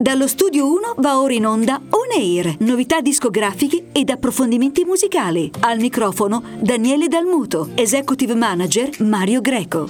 Dallo Studio 1 va ora in onda On Air, novità discografiche ed approfondimenti musicali. Al microfono Daniele Dalmuto, Executive Manager Mario Greco.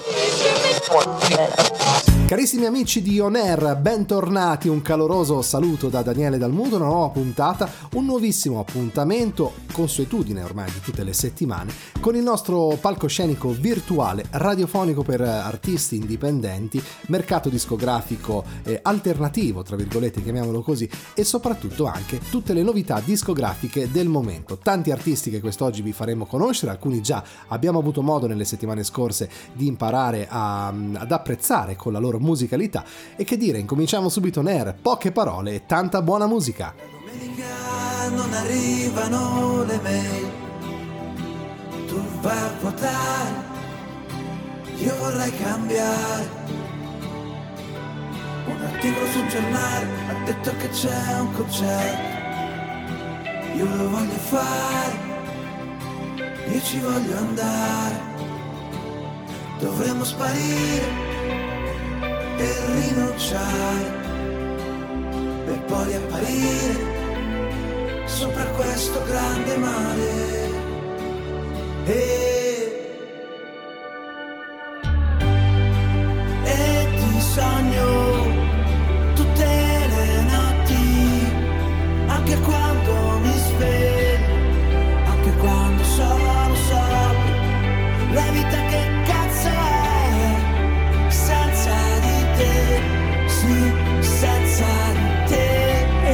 Carissimi amici di On Air, bentornati, un caloroso saluto da Daniele Dalmuto, una nuova puntata, un nuovissimo appuntamento, consuetudine ormai di tutte le settimane, con il nostro palcoscenico virtuale radiofonico per artisti indipendenti, mercato discografico alternativo, tra virgolette, chiamiamolo così, e soprattutto anche tutte le novità discografiche del momento. Tanti artisti che quest'oggi vi faremo conoscere, alcuni già abbiamo avuto modo nelle settimane scorse di imparare ad apprezzare con la loro musicalità, e che dire, incominciamo subito On Air, poche parole e tanta buona musica. Domenica non arrivano le mail, tu vai a votare, io vorrei cambiare. Un articolo sul giornale ha detto che c'è un concerto, io lo voglio fare, io ci voglio andare. Dovremmo sparire per rinunciare, per poi apparire sopra questo grande mare. E ti sogno tutte le notti, anche quando mi sveglio, anche quando sono sobrio. La vita che cazzo è senza di te, sì, senza di te.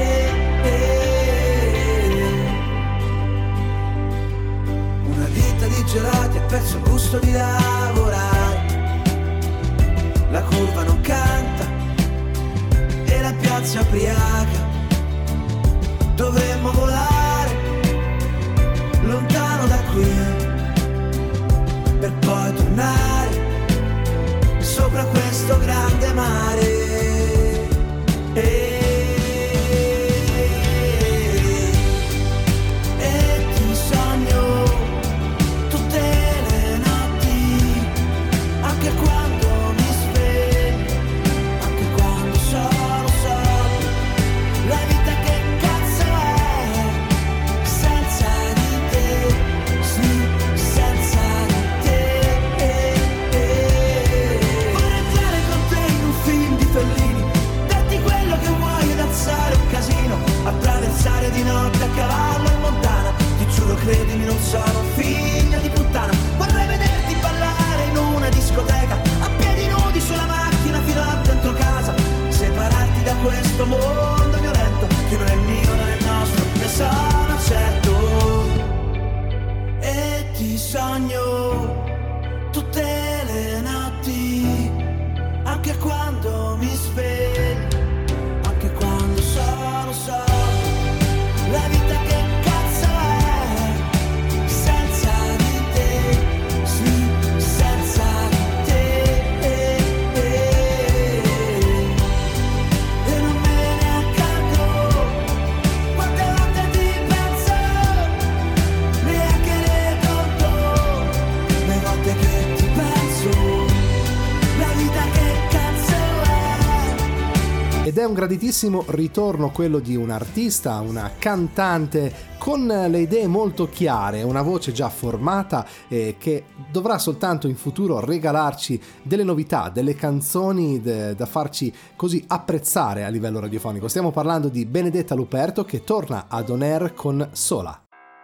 Una vita di gelati, ha perso il gusto di lavorare, la curva non canta e la piazza ubriaca. Dovremmo volare lontano da qui, per poi tornare sopra questo grande mare. E ti sogno tutte le notti, anche quando mi sveglio, anche quando sono sobrio. La vita che cazzo è senza di te, sì, senza di te. Vorrei entrare con te in un film di Fellini, darti quello che vuoi ed alzare un casino, attraversare di notte a cavallo in montana. Ti giuro, credimi, non sono figlio di puttana. Vorrei vederti ballare in una discoteca, a piedi nudi sulla macchina fino a dentro casa, separarti da questo mondo violento che non è mio, non è nostro, ne sono certo. E ti sogno tutte le notti, anche quando mi sveglio, anche quando sono solo. La vita che cazzo è senza di te, sì, senza di te. E non me ne accorgo quante volte ti penso, neanche ne conto le volte che ti penso. La vita che cazzo è. Ed è un graditissimo ritorno quello di un artista, una cantante con le idee molto chiare, una voce già formata che dovrà soltanto in futuro regalarci delle novità, delle canzoni da farci così apprezzare a livello radiofonico. Stiamo parlando di Benedetta Luperto, che torna ad On Air con Sola.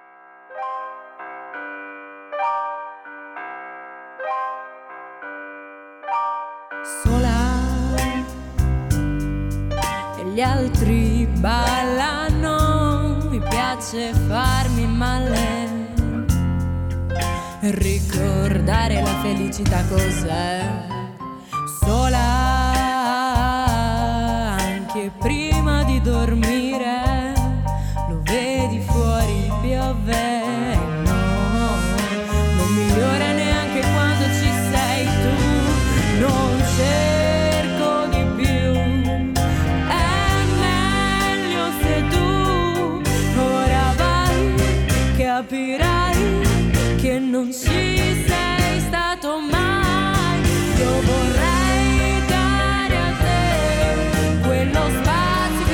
Gli altri ballano, mi piace farmi male, ricordare la felicità cos'è, sola anche prima di dormire, lo vedi fuori piove, no, non migliora neanche quando ci sei tu, non c'è. Capirai che non ci sei stato mai. Io vorrei dare a te quello spazio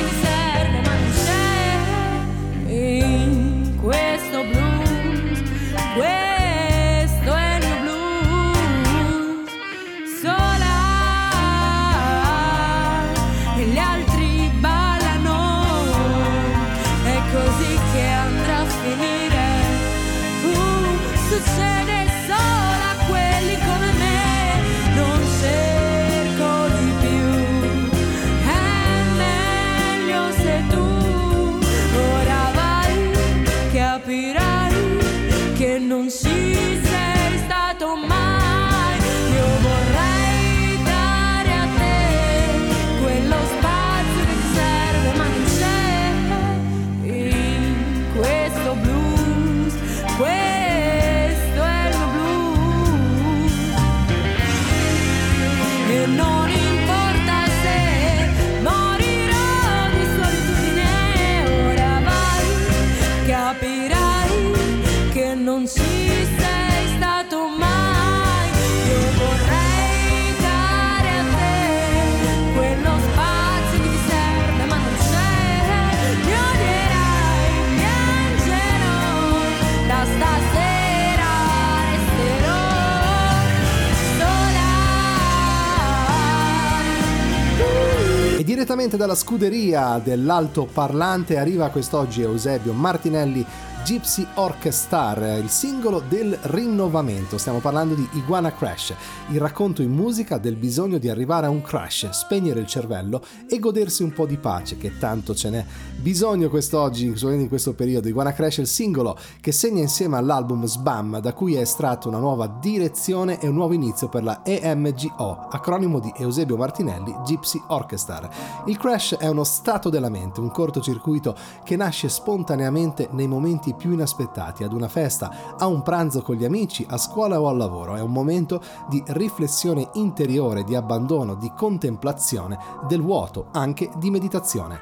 Direttamente dalla scuderia dell'altoparlante arriva quest'oggi Eusebio Martinelli, Gypsy Orchestra, il singolo del rinnovamento. Stiamo parlando di Iguana Crash, il racconto in musica del bisogno di arrivare a un crash, spegnere il cervello e godersi un po' di pace, che tanto ce n'è bisogno quest'oggi, in questo periodo. Iguana Crash è il singolo che segna insieme all'album Sbam, da cui è estratto una nuova direzione e un nuovo inizio per la EMGO, acronimo di Eusebio Martinelli Gypsy Orchestra. Il crash è uno stato della mente, un cortocircuito che nasce spontaneamente nei momenti più inaspettati, ad una festa, a un pranzo con gli amici, a scuola o al lavoro. È un momento di riflessione interiore, di abbandono, di contemplazione del vuoto, anche di meditazione.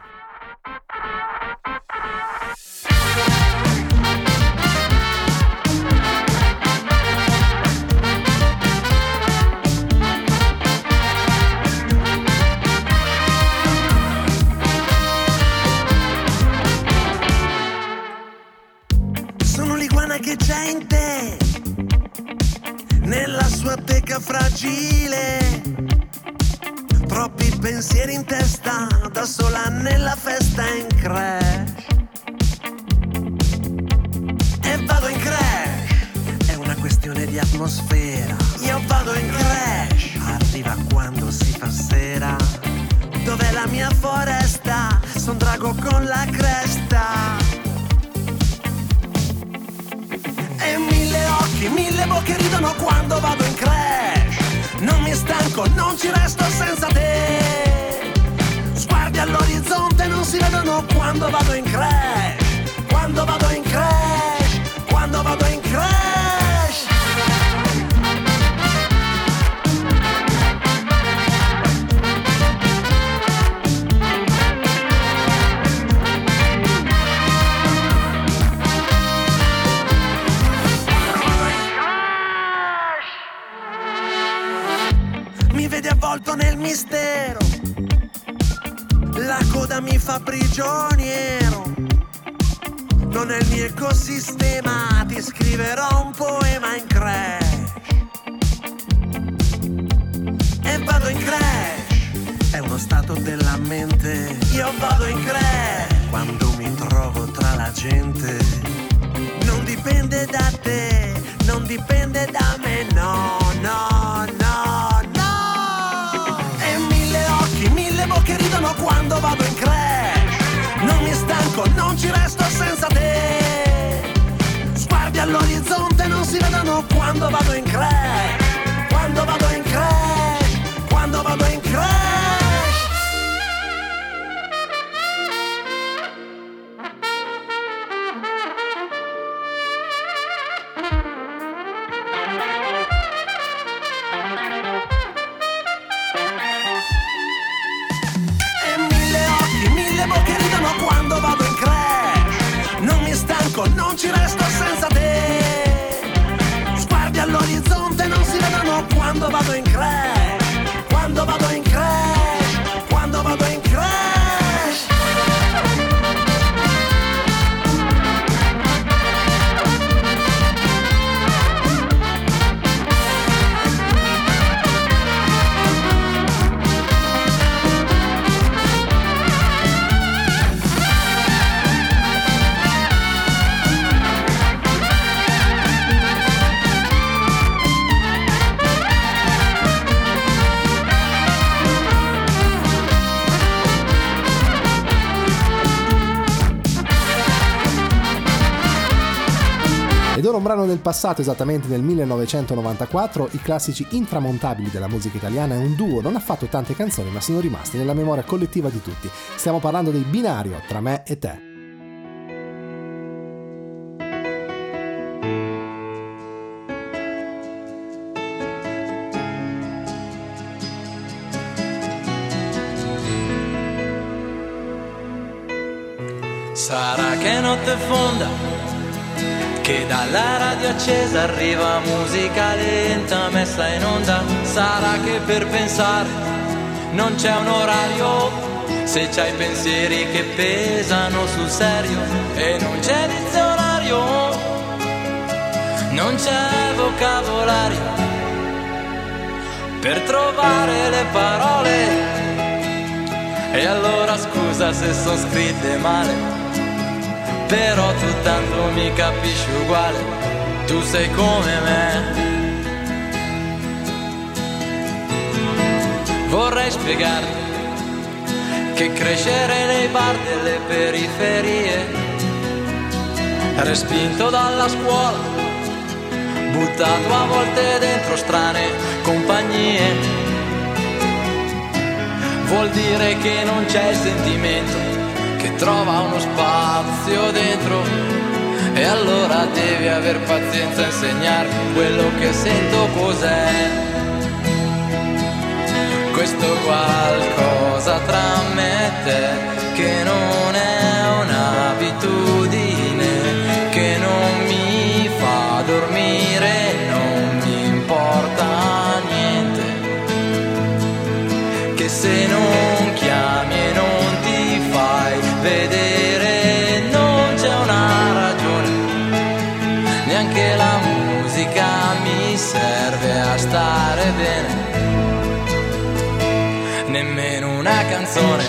Che c'è in te, nella sua teca fragile, troppi pensieri in testa, da sola nella festa in crash. E vado in crash, è una questione di atmosfera. Io vado in crash, arriva quando si fa sera. Dov'è la mia foresta? Son drago con la cresta. E mille occhi, mille bocche ridono quando vado in crash. Non mi stanco, non ci resto senza te. Sguardi all'orizzonte non si vedono quando vado in crash. Quando vado in crash, quando vado in crash. Avvolto nel mistero, la coda mi fa prigioniero. Non è il mio ecosistema, ti scriverò un poema in crash. E vado in crash, è uno stato della mente. Io vado in crash, quando mi trovo tra la gente. Non dipende da te, non dipende da me, no, no, no. Che ridono quando vado in crash. Non mi stanco, non ci resto senza te. Sguardi all'orizzonte non si vedono quando vado in crash. Quando vado in crash, quando vado in crash. Non ci resto senza te. Sguardi all'orizzonte non si vedono quando vado in crash. Quando vado in crash, quando vado in crash. Ed ora un brano del passato, esattamente nel 1994, i classici intramontabili della musica italiana. È un duo, non ha fatto tante canzoni ma sono rimasti nella memoria collettiva di tutti. Stiamo parlando dei Binario, Tra me e te. Sarà che notte fonda, che dalla radio accesa arriva musica lenta messa in onda. Sarà che per pensare non c'è un orario, se c'hai pensieri che pesano sul serio. E non c'è dizionario, non c'è vocabolario per trovare le parole E allora scusa se son scritte male, però tu tanto mi capisci uguale, tu sei come me. Vorrei spiegarti che crescere nei bar delle periferie, respinto dalla scuola, buttato a volte dentro strane compagnie, vuol dire che non c'è il sentimento che trova uno spazio dentro. E allora devi aver pazienza a insegnarmi quello che sento cos'è. Questo qualcosa tra me e te, che non è un'abitudine, che non mi fa dormire, non mi importa niente, che se non chiami e non ti fai vedere non c'è una ragione, neanche la musica mi serve a stare bene, nemmeno una canzone.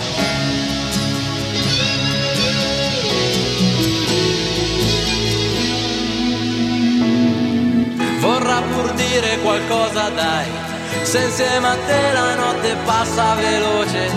Vorrà pur dire qualcosa, dai, se insieme a te la notte passa veloce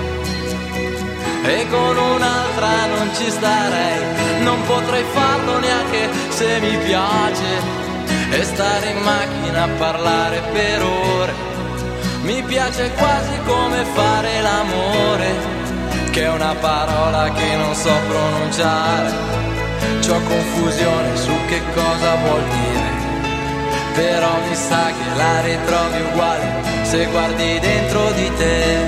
e con un'altra non ci starei, non potrei farlo neanche se mi piace, e stare in macchina a parlare per ore. Mi piace quasi come fare l'amore, che è una parola che non so pronunciare. C'ho confusione su che cosa vuol dire, però mi sa che la ritrovi uguale se guardi dentro di te.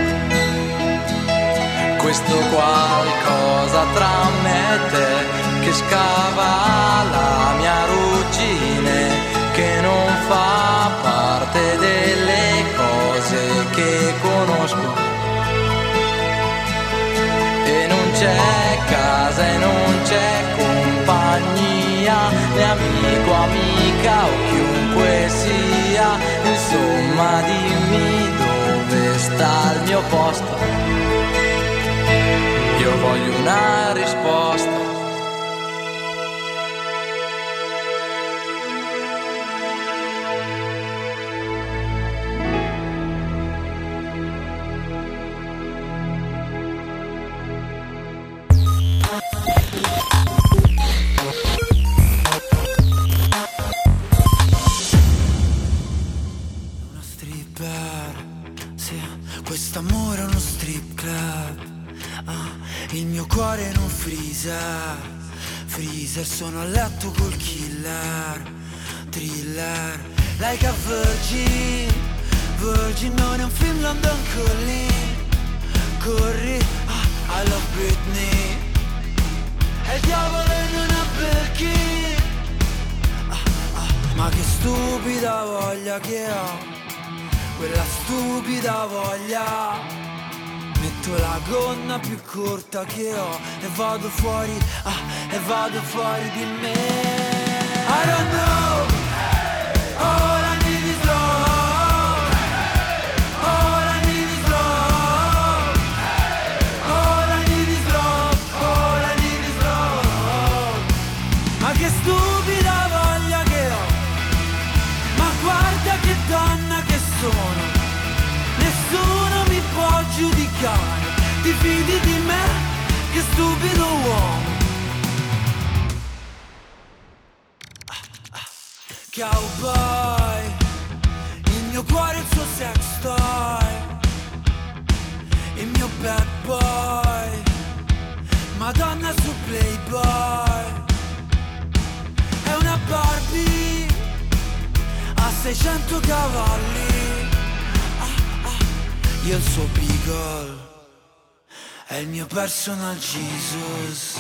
Questo qualcosa tra me e te, che scava la mia ruggine, che non fa parte delle cose che conosco, e non c'è casa e non c'è compagnia, né amico, amica o chiunque sia, insomma dimmi dove sta il mio posto, io voglio una risposta. Quest'amore è uno strip club, il mio cuore in un freezer, sono a letto col killer, thriller, like a virgin non è un film London Calling, corri, I love Britney, è il diavolo in una Birkin, ma che stupida voglia che ho, quella stupida voglia, metto la gonna più corta che ho e vado fuori di me. I don't know, all I need is love, all I need is love, all I need is love, all I need is love. Ma che stupida voglia che ho, ma guarda che donna che sono, nessuno mi può giudicare, ti fidi di me, che stupido uomo. Cowboy, il mio cuore è il suo sex toy, il mio bad boy, Madonna su Playboy, è una Barbie a 600 cavalli, io il suo Beagle, è il mio personal Jesus.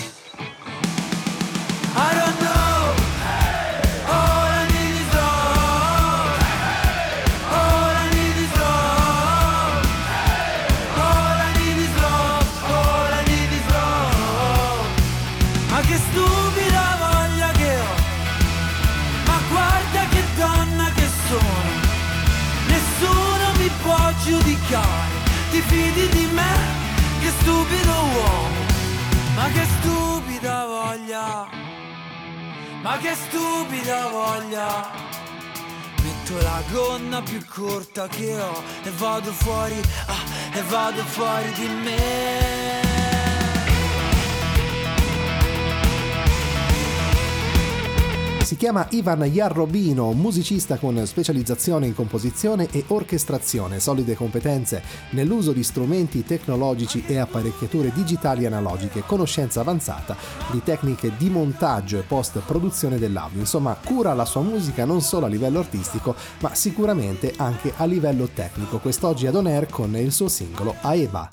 I don't know, all I need is love, all I need is love, all I need is love, all I need is love. Ma che stupida voglia che ho, ma guarda che donna che sono, nessuno mi può giudicare, ti fidi di me, Ma che stupida voglia, ma che stupida voglia. Metto la gonna più corta che ho e vado fuori, e vado fuori di me. Si chiama Ivan Jarrobino, musicista con specializzazione in composizione e orchestrazione, solide competenze nell'uso di strumenti tecnologici e apparecchiature digitali analogiche, conoscenza avanzata di tecniche di montaggio e post-produzione dell'audio. Insomma, cura la sua musica non solo a livello artistico, ma sicuramente anche a livello tecnico. Quest'oggi ad On Air con il suo singolo Aeba.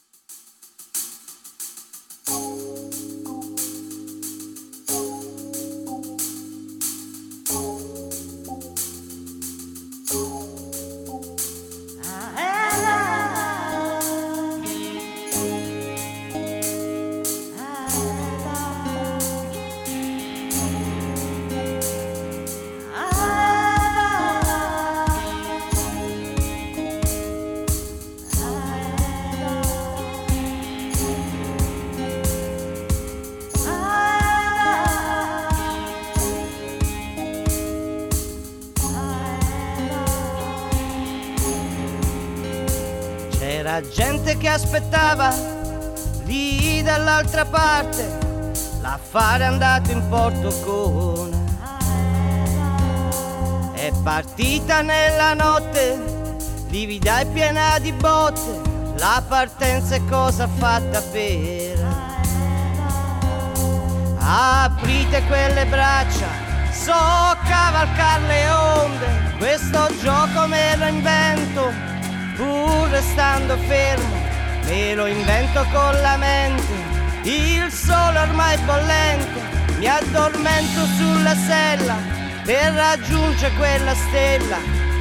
C'era gente che aspettava lì dall'altra parte, l'affare è andato in porto con. È partita nella notte, livida e piena di botte, la partenza è cosa fatta per. Aprite quelle braccia, so cavalcar le onde, questo gioco me lo invento. Pur restando fermo, me lo invento con la mente. Il sole ormai bollente, mi addormento sulla sella per raggiungere quella stella.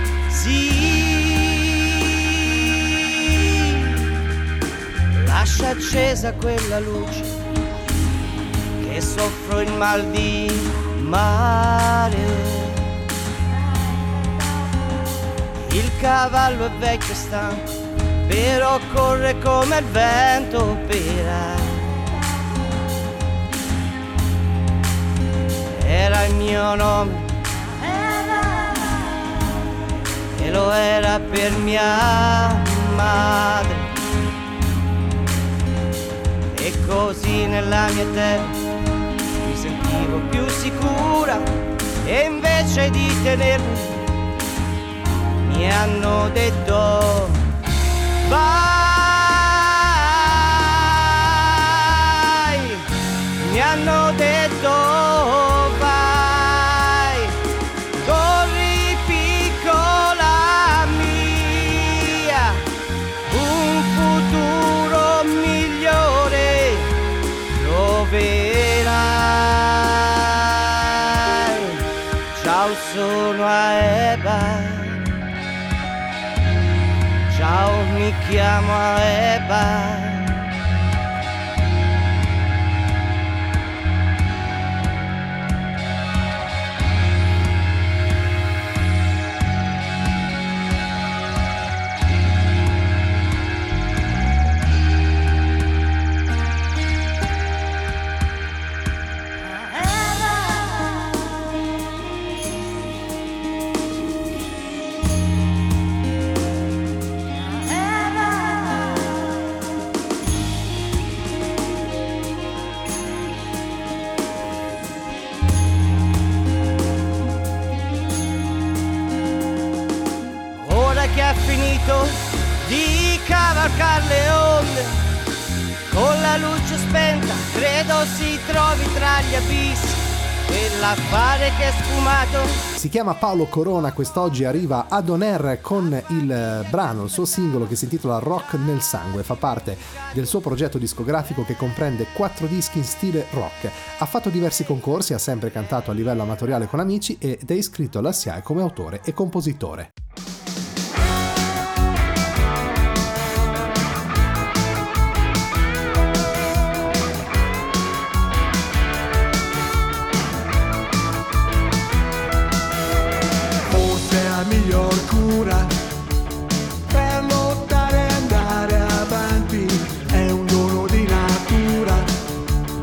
Sì, lascia accesa quella luce, che soffro il mal di mare. Il cavallo è vecchio e stanco, però corre come il vento per aria. Era il mio nome e lo era per mia madre. E così nella mia terra mi sentivo più sicura, e invece di tenermi mi hanno detto vai, mi hanno detto vai, corri piccola mia, un futuro migliore lo vedrai. Ciao, sono Aeba. Ciao, mi chiamo Aeba. Che ha finito di cavalcar le onde, con la luce spenta credo si trovi tra gli abissi quell'affare che è sfumato. Si chiama Paolo Corona, quest'oggi arriva ad On Air con il brano, il suo singolo che si intitola Rock nel sangue, fa parte del suo progetto discografico che comprende 4 dischi in stile rock. Ha fatto diversi concorsi, ha sempre cantato a livello amatoriale con amici ed è iscritto alla SIAE come autore e compositore. Miglior cura per lottare e andare avanti è un dono di natura,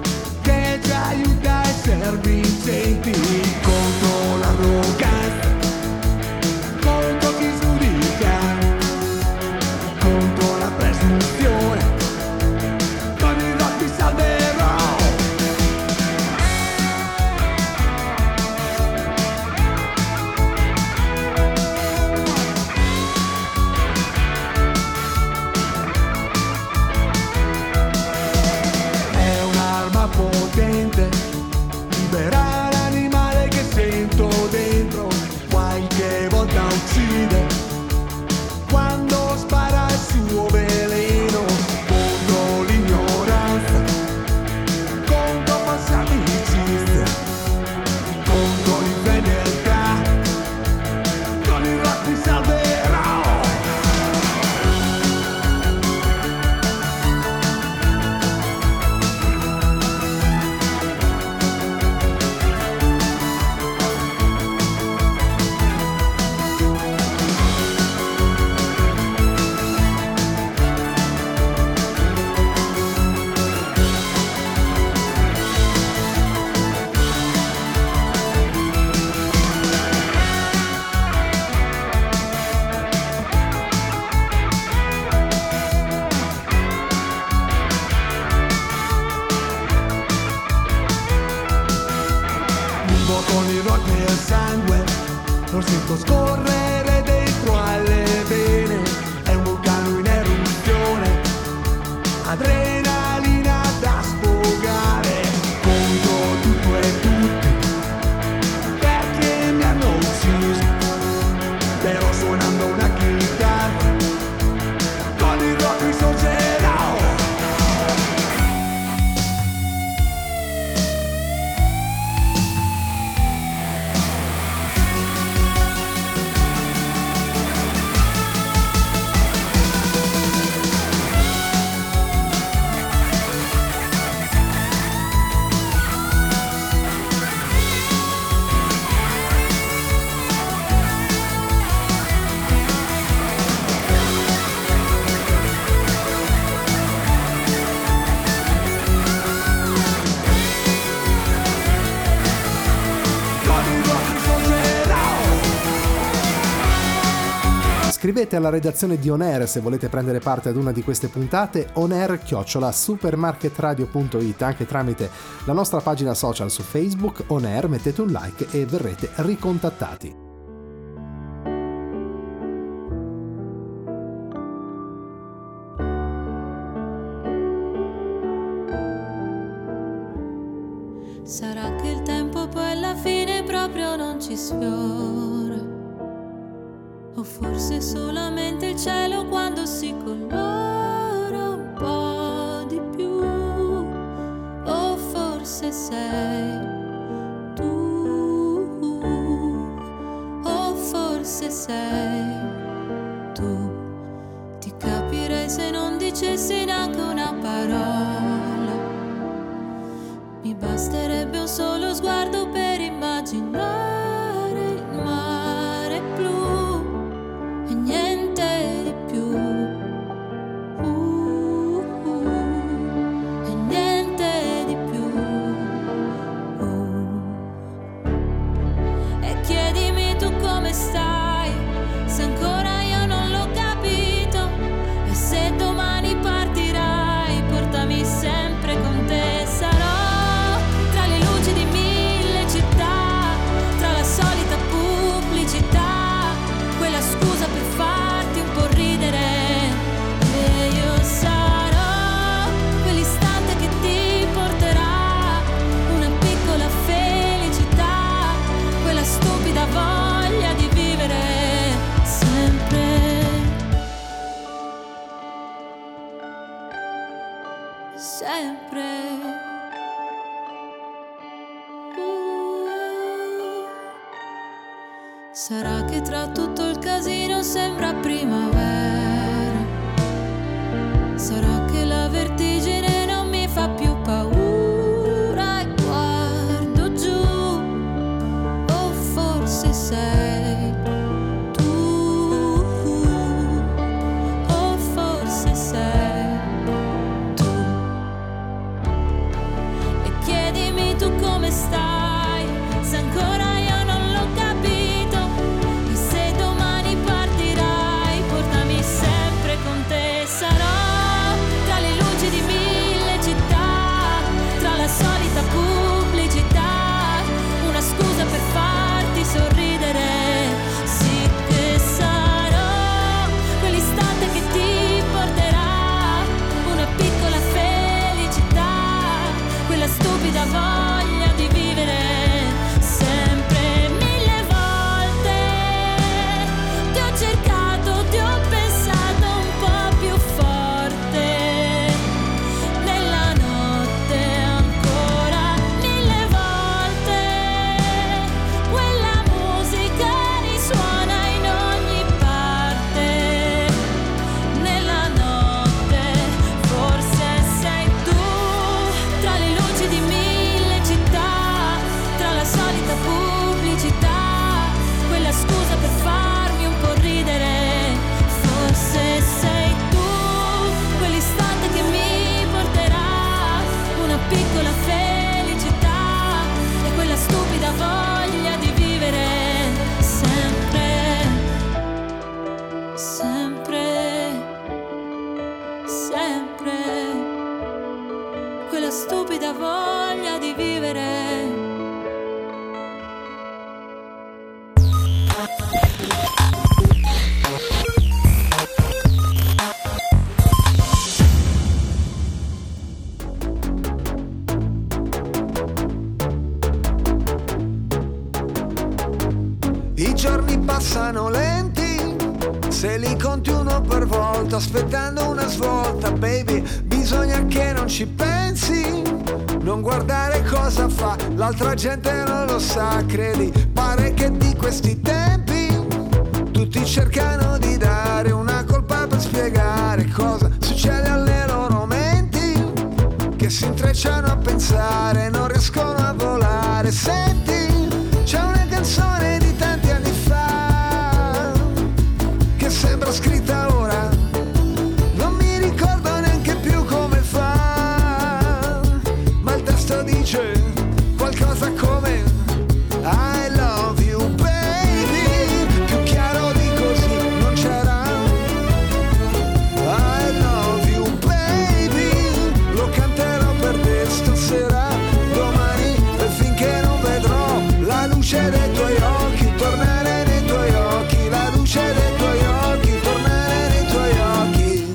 lo sento scorrere dentro alle vene, è un vulcano in eruzione, adrenalina da sfogare contro tutto e tutti, perché mi hanno ucciso, però suonando una chitarra, con il rock risorgerò. Scrivete alla redazione di On Air se volete prendere parte ad una di queste puntate, onair@supermarketradio.it, anche tramite la nostra pagina social su Facebook, On Air, mettete un like e verrete ricontattati. Sarà che il tempo poi alla fine proprio non ci sfiora, o forse solamente il cielo quando si colora un po' di più, o forse sei tu, o forse sei tu. Ti capirei se non dicessi neanche una parola, mi basterebbe un solo sguardo per immaginare il mare blu e niente di più, e niente di più, e chiedimi tu come stai, se ancora io non l'ho capito, e se domani partirai, portami sempre con te, sarò tra le luci di mille città, tra la solita pubblicità, quella scusa per farti un po' ridere, e io sarò quell'istante che ti porterà una piccola felicità, quella stupida voglia di vivere sempre, sempre. Sarà che tra tutto il casino sembra primavera, sarà che la vertigine non mi fa più paura e guardo giù, o forse sei tu, o forse sei tu, e chiedimi tu come stai, se ancora io non l'ho capito, e se domani partirai, portami sempre con te, sarò tra le luci di mille città, tra la solita pubblicità, una scusa per farti sorridere, sì che sarò quell'istante che ti porterà una piccola felicità, quella stupida voglia di vivere sempre. Mille volte ti ho cercato, ti ho pensato un po' più forte, nella notte ancora mille volte, quella musica risuona in ogni parte, nella notte forse sei tu, tra le luci di mille città, tra la solita pubblicità, quella scusa per farmi un po' ridere, forse sei tu, quell'istante che mi porterà una piccola felicità, e quella stupida voglia di vivere sempre, sempre, sempre, quella stupida voglia di vivere. passano lenti, se li conti uno per volta, aspettando una svolta. Baby, bisogna che non ci pensi, non guardare cosa fa, l'altra gente non lo sa, credi. Pare che di questi tempi tutti cercano di dare una colpa per spiegare cosa succede alle loro menti, che si intrecciano a pensare, non riescono a volare. Senti, c'è una canzone di tanti anni fa che sembra scritta ora, non mi ricordo neanche più come fa, ma il testo dice qualcosa come I love you baby, più chiaro di così non c'era. I love you baby, lo canterò per te stasera, domani, e finché non vedrò la luce dei tuoi occhi, tornare nei tuoi occhi, la luce dei tuoi occhi, tornare nei tuoi occhi.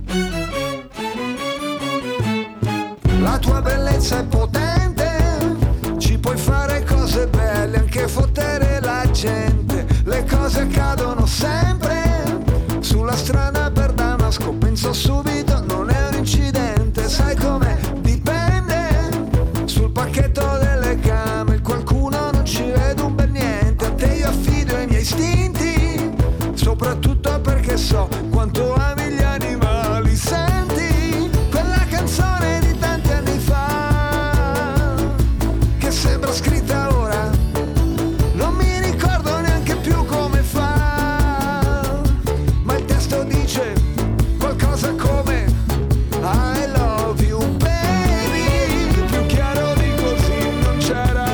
La tua bellezza è potente, ci puoi fare cose belle, anche fottere la gente. Le cose accadono sempre sulla strada per Damasco, penso subito non è un incidente. Sai com'è? Dipende sul pacchetto delle camere, qualcuno non ci vede un bel niente. A te io affido i miei istinti, soprattutto perché so quanto ami gli animali. Senti quella canzone di tanti anni fa che sembra scritta ora, non mi ricordo neanche più come fa, ma il testo dice qualcosa come I love you baby, più chiaro di così non c'era.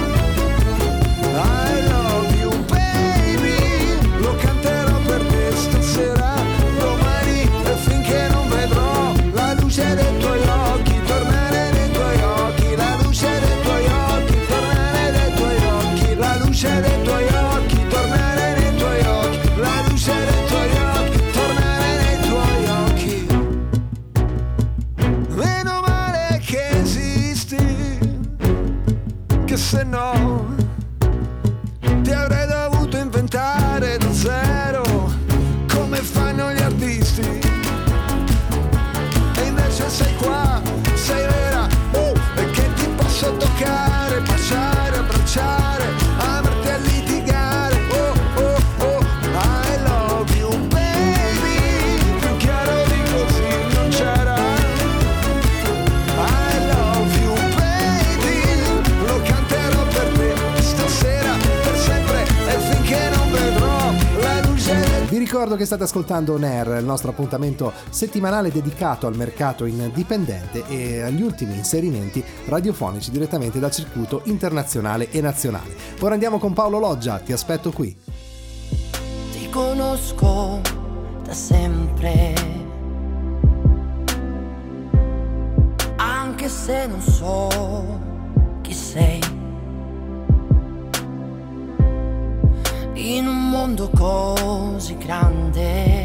I love you baby, lo canterò per te stasera, domani, e finché non vedrò la luce dei tuoi occhi, tornare nei tuoi occhi, la luce dei tuoi occhi, tornare nei tuoi occhi, la luce dei tuoi occhi, tornare nei tuoi occhi, la luce dei tuoi occhi, tornare nei tuoi occhi. Meno male che esisti, che se no ti avrei dovuto inventare da zero, come fanno gli artisti. E invece sei qua, sei vera, e che ti posso toccare, baciare, abbracciare, amarti a litigare. Oh, oh, oh, I love you baby, più chiaro di così non c'era. I love you baby, lo canterò per te stasera, per sempre, e finché non vedrò la luce del... Vi ricordo che state ascoltando On Air, il nostro appuntamento settimanale dedicato al mercato indipendente e agli ultimi inserimenti radiofonici direttamente dal circuito internazionale e nazionale. Ora andiamo con Paolo Loggia, ti aspetto qui. Ti conosco da sempre, anche se non so chi sei. In un mondo così grande,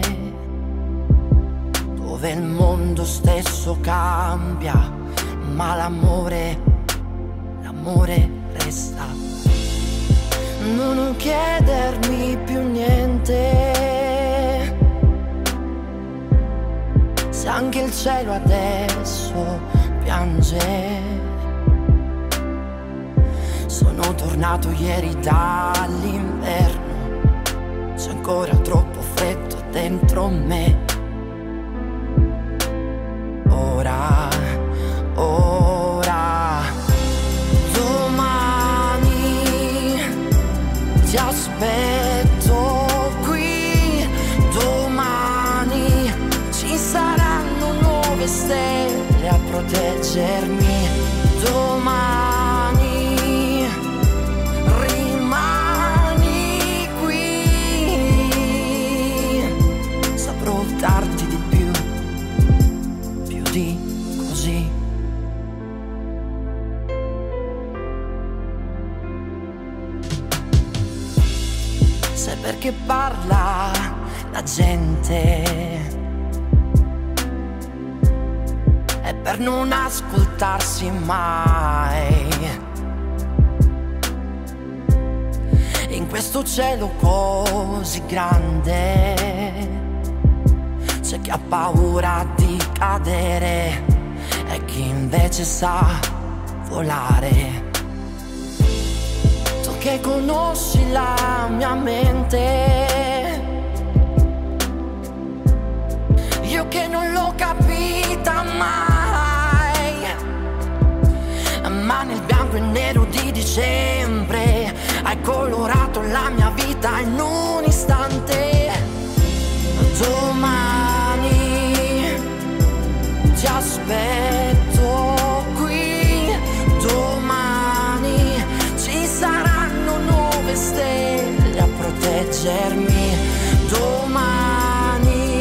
dove il mondo stesso cambia, ma l'amore resta. Non chiedermi più niente, se anche il cielo adesso piange. Sono tornato ieri dall'inverno, c'è ancora troppo freddo dentro me. Ora, domani ti aspetto qui, domani ci saranno nuove stelle a proteggermi, domani rimani qui, saprò darti di più di così. Sai perché parla la gente? È per non ascoltarsi mai. in questo cielo così grande c'è chi ha paura di cadere e chi invece sa volare. Tu che conosci la mia mente, io che non l'ho capita mai, ma nel bianco e nero di dicembre hai colorato la mia vita in un istante. Domani ti aspetto qui, domani ci saranno 9 stelle a proteggermi, domani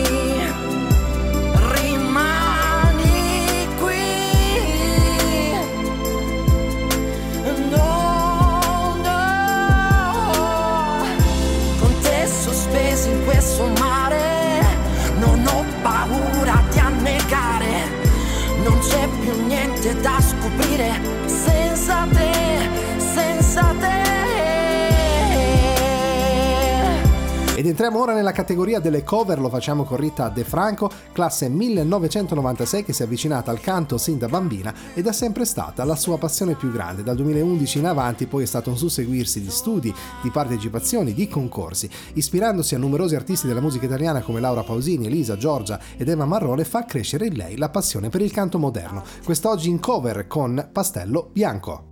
rimani qui. No, no, con te sospesi in questo mare non ho paura di annegare, non c'è più niente da scoprire senza te, senza te. Ed entriamo ora nella categoria delle cover, lo facciamo con Rita De Franco, classe 1996, che si è avvicinata al canto sin da bambina ed è sempre stata la sua passione più grande. Dal 2011 in avanti poi è stato un susseguirsi di studi, di partecipazioni, di concorsi. Ispirandosi a numerosi artisti della musica italiana come Laura Pausini, Elisa, Giorgia ed Eva Marrone, fa crescere in lei la passione per il canto moderno. Quest'oggi in cover con Pastello Bianco.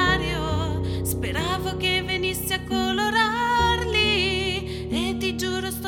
Speravo che venissi a colorarli e ti giuro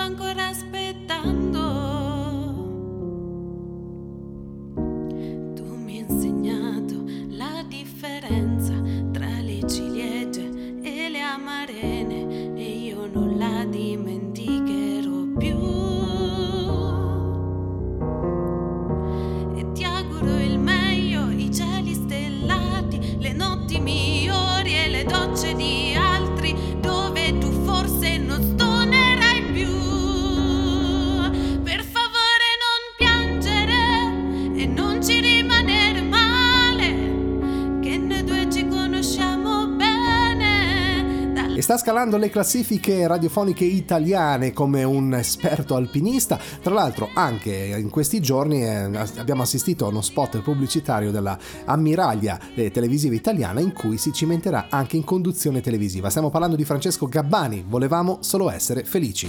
sta scalando le classifiche radiofoniche italiane come un esperto alpinista. Tra l'altro anche in questi giorni abbiamo assistito a uno spot pubblicitario della ammiraglia televisiva italiana in cui si cimenterà anche in conduzione televisiva. Stiamo parlando di Francesco Gabbani, Volevamo solo essere felici.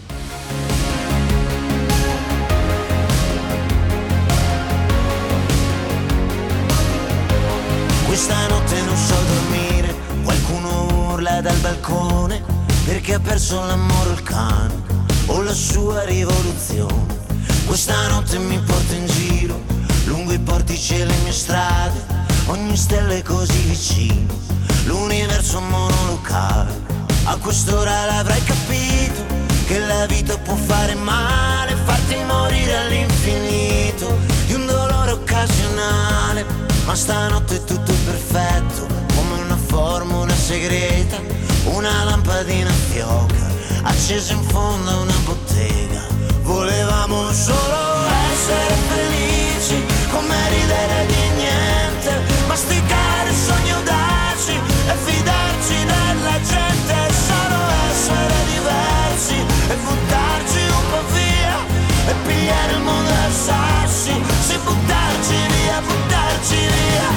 Questa notte non so dormire, qualcuno urla dal balcone perché ha perso l'amore o il cane o la sua rivoluzione. Questa notte mi porto in giro lungo i portici e le mie strade, ogni stella è così vicino, l'universo monolocale. A quest'ora l'avrai capito che la vita può fare male, farti morire all'infinito di un dolore occasionale. Ma stanotte è tutto perfetto, come una formula segreta, una lampadina fioca, accesa in fondo a una bottega. Volevamo solo essere felici, come ridere di niente, masticare sogni audaci e fidarci della gente. Solo essere diversi e buttarci un po' via e pigliare il mondo a sassi, sì, buttarci via, buttarci via.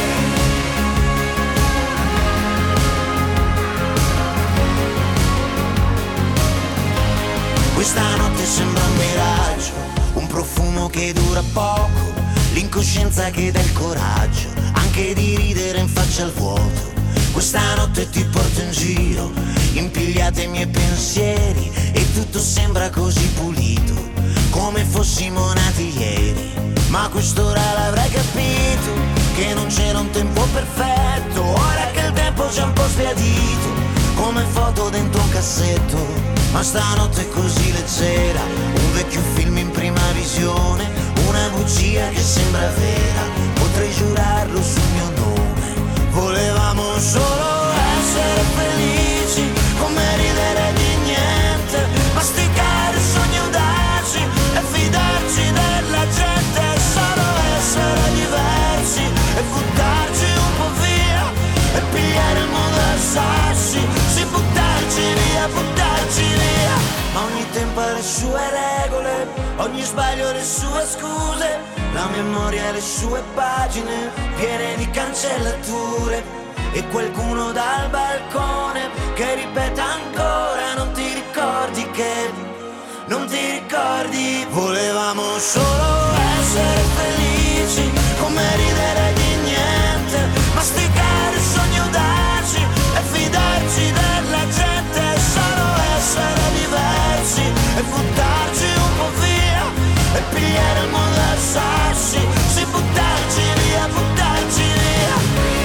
Questa notte sembra un miraggio, un profumo che dura poco, l'incoscienza che dà il coraggio anche di ridere in faccia al vuoto. Questa notte ti porto in giro, impigliate i miei pensieri e tutto sembra così pulito, come fossimo nati ieri. Ma a quest'ora l'avrai capito che non c'era un tempo perfetto, ora che il tempo c'è un po' sbiadito, come foto dentro un cassetto. Ma stanotte è così leggera, un vecchio film in prima visione, una bugia che sembra vera, potrei giurarlo sul mio nome. Volevamo solo essere felici, come ridere di niente, masticare sogni audaci e fidarci della gente. Solo essere diversi e buttarci un po' via e pigliare il mondo a sassi, sì, buttarci via, buttarci via. Ma ogni tempo ha le sue regole, ogni sbaglio le sue scuse, la memoria ha le sue pagine piene di cancellature. E qualcuno dal balcone che ripete ancora: non ti ricordi che, non ti ricordi. Volevamo solo essere felici, come ridere di niente, masticare sogni audaci e fidarci della gente. Solo essere diversi e buttarci un po' via e pigliare il mondo a sassi, sì, buttarci via, buttarci via.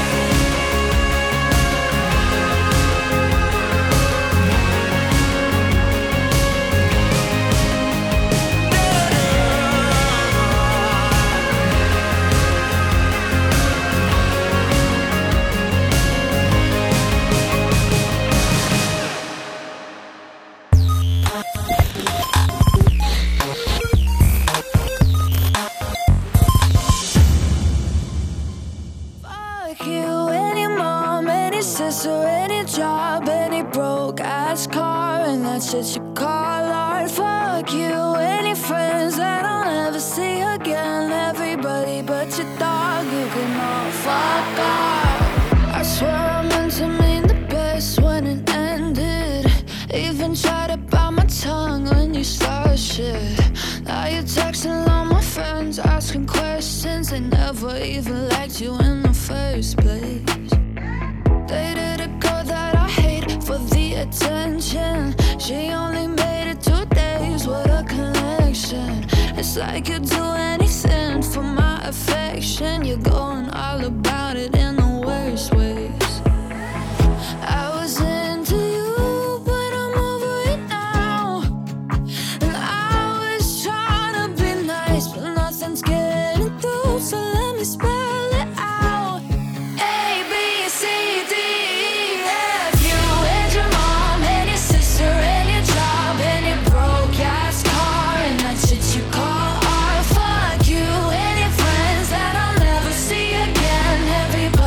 Any job, any broke ass car, and that's what you call art. Fuck you, any friends that I'll never see again. Everybody but your dog, you can all fuck off. I swear I meant to mean the best when it ended. Even tried to bite my tongue when you started shit. Now you're texting all my friends, asking questions. They never even liked you in the first place. Dated a girl that I hate for the attention. She only made it 2 days, what a connection. It's like you'd do anything for my affection. You're going all about it in the worst ways. I was into you, but I'm over it now. And I was trying to be nice, but nothing's getting through, so let me spell it out. A, B, C, D, F, you and your mom and your sister and your job and your broke ass car, and that's what you call art. Fuck you and your friends that I'll never see again. Everybody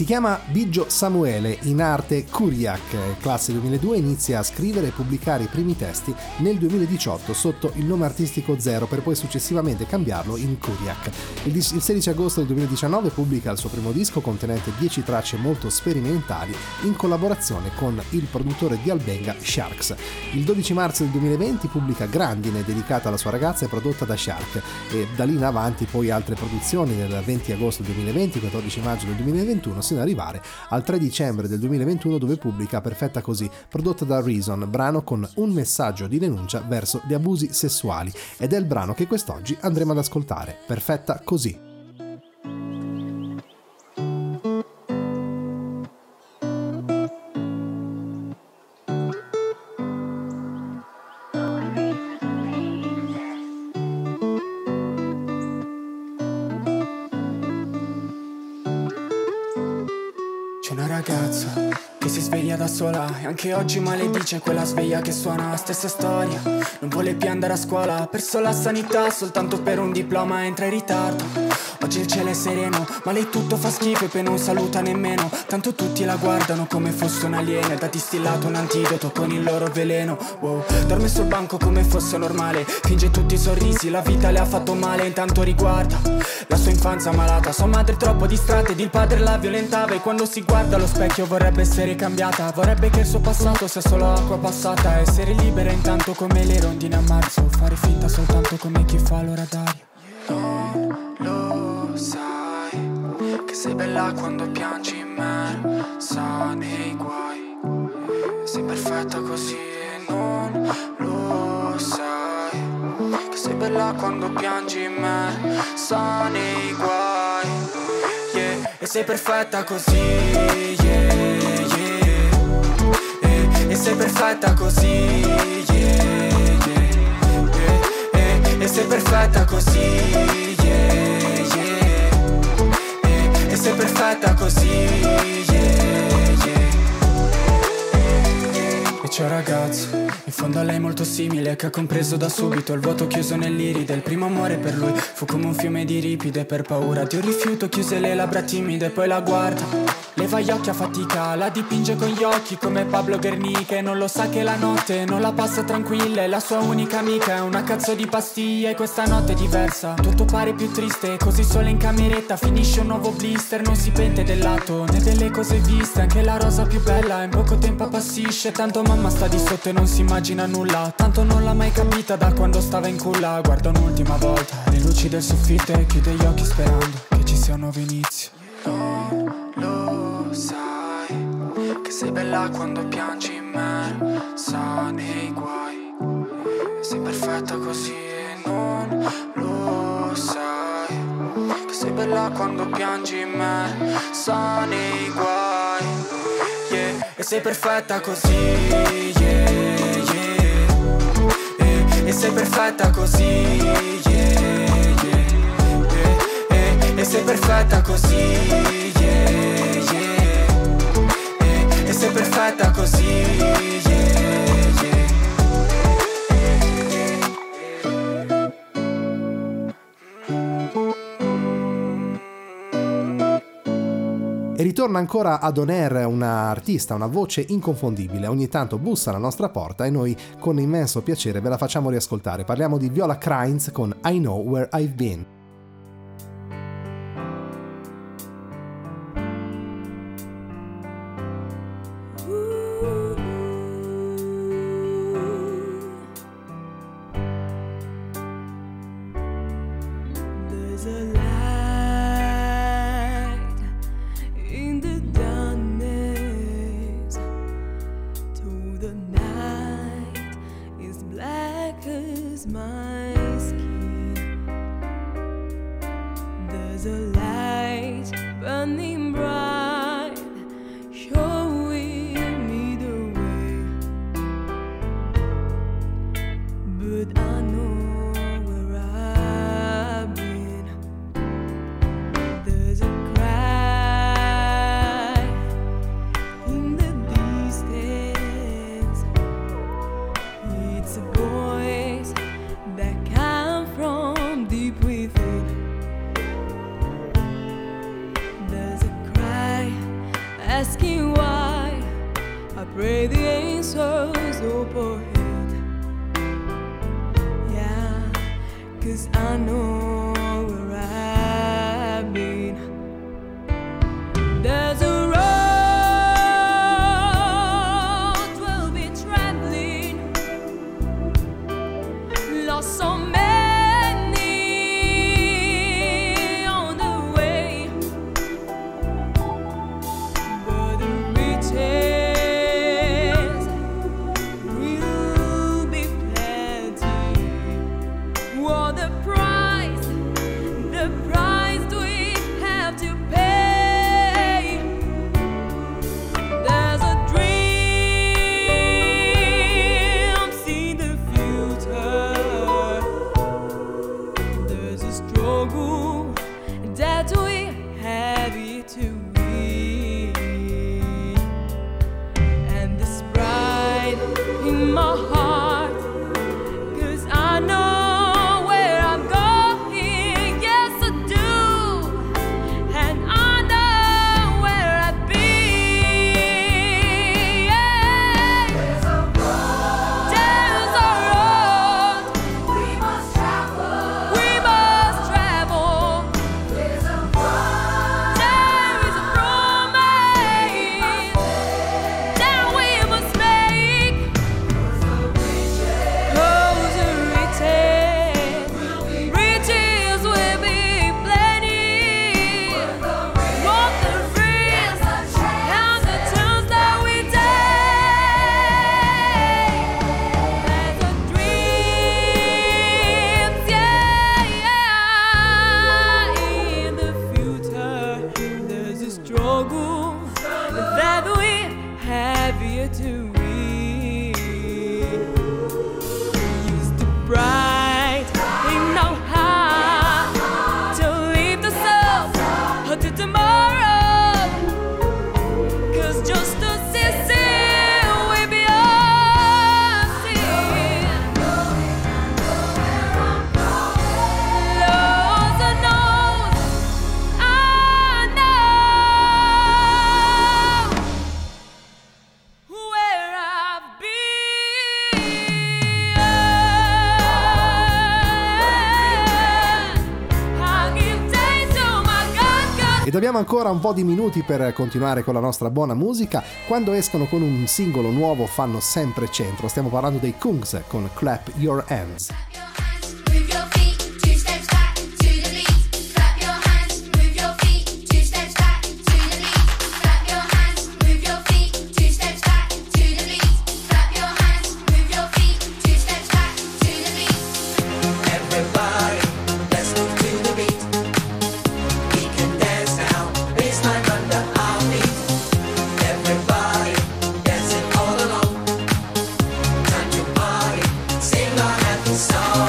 Si chiama Biggio Samuele, in arte Kuriak, classe 2002, inizia a scrivere e pubblicare i primi testi nel 2018 sotto il nome artistico Zero, per poi successivamente cambiarlo in Kuriak. Il 16 agosto del 2019 pubblica il suo primo disco contenente 10 tracce molto sperimentali in collaborazione con il produttore di Albenga Sharks. Il 12 marzo del 2020 pubblica Grandine, dedicata alla sua ragazza e prodotta da Shark, e da lì in avanti poi altre produzioni nel 20 agosto 2020, 14 maggio del 2021, sino ad arrivare al 3 dicembre del 2021 dove pubblica Perfetta Così, prodotta da Reason, brano con un messaggio di denuncia verso gli abusi sessuali, ed è il brano che quest'oggi andremo ad ascoltare, Perfetta Così. Che si sveglia da sola e anche oggi maledice quella sveglia che suona, stessa storia. Non vuole più andare a scuola, ha perso la sanità soltanto per un diploma, entra in ritardo. Oggi il cielo è sereno, ma lei tutto fa schifo e poi non saluta nemmeno. Tanto tutti la guardano come fosse un alieno, da distillato un antidoto con il loro veleno. Wow, dorme sul banco come fosse normale, finge tutti i sorrisi, la vita le ha fatto male. Intanto riguarda la sua infanzia malata, sua madre troppo distratta ed il padre la violentava. E quando si guarda allo specchio vorrebbe essere cambiata, vorrebbe che il suo passato sia solo acqua passata, essere libera intanto come le rondini a marzo, fare finta soltanto come chi fa l'oratario. Non lo sai che sei bella quando piangi immersa nei guai, sei perfetta così. Non lo sai che sei bella quando piangi immersa nei guai, yeah. E sei perfetta così, yeah, yeah. E sei perfetta così, yeah, yeah, yeah. E sei perfetta così, yeah, yeah. E sei perfetta così, yeah, yeah. E c'è un ragazzo, in fondo a lei molto simile, che ha compreso da subito il vuoto chiuso nell'iride. Il primo amore per lui fu come un fiume di ripide, per paura di un rifiuto chiuse le labbra timide. Poi la guarda, leva gli occhi a fatica, la dipinge con gli occhi come Pablo Guernica, e non lo sa che la notte non la passa tranquilla, e la sua unica amica è una cazzo di pastiglia. E questa notte è diversa, tutto pare più triste, così sola in cameretta finisce un nuovo blister. Non si pente dell'atto né delle cose viste, anche la rosa più bella in poco tempo appassisce. Tanto mamma sta di sotto e non si immagina nulla, tanto non l'ha mai capita da quando stava in culla. Guarda un'ultima volta le luci del soffitto e chiude gli occhi sperando che ci sia un nuovo inizio. Non lo sai che sei bella quando piangi immersa nei guai, sei perfetta così. Non lo sai che sei bella quando piangi immersa nei guai, yeah. E sei perfetta così, yeah, yeah. E sei perfetta così, yeah, yeah, yeah. E sei perfetta così, yeah, yeah. E sei perfetta così, yeah, yeah. E ritorna ancora ad On Air una artista, una voce inconfondibile. Ogni tanto bussa alla nostra porta e noi con immenso piacere ve la facciamo riascoltare. Parliamo di Viola Crains con I Know Where I've Been. There's a cry 'cause I know where I've been. There's a road we'll be traveling, lost so many on the way, but the riches will be plenty. What the price do we have to pay? There's a dream, see the future. There's a struggle that we have it to win, and this pride in my heart, 'cause I know where I'm going, yes I do, and I know where I've been. There's a road we must travel. There's a promise that we must make. 'Cause the riches will be plenty. What the risks and the chance that we take. There's a dreams, yeah, in the future. There's a struggle that we have here to win. Use the bright in our heart to lift us up to tomorrow. 'Cause just to see we beyond sin. Lord knows I know where I've been. I give thanks to my God. Ed abbiamo ancora un po' di minuti per continuare con la nostra buona musica. Quando escono con un singolo nuovo fanno sempre centro. Stiamo parlando dei Kungs con Clap Your Hands. Move your feet, 2 steps back to the beat. Clap your hands, move your feet, 2 steps back to the beat. Clap your hands, move your feet, 2 steps back to the beat. Clap your hands, move your feet, 2 steps back to the beat. Everybody, let's move to the beat. We can dance now, baseline under our feet. Everybody, dancing all along. Time to party, sing our happy song.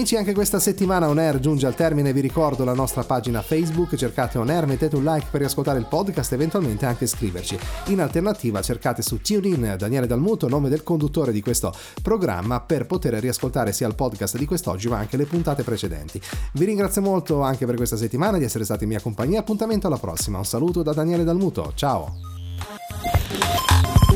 Amici, anche questa settimana On Air giunge al termine. Vi ricordo la nostra pagina Facebook, cercate On Air, mettete un like per riascoltare il podcast e eventualmente anche scriverci. In alternativa cercate su TuneIn Daniele Dalmuto, nome del conduttore di questo programma, per poter riascoltare sia il podcast di quest'oggi ma anche le puntate precedenti. Vi ringrazio molto anche per questa settimana di essere stati in mia compagnia. Appuntamento alla prossima. Un saluto da Daniele Dalmuto. Ciao.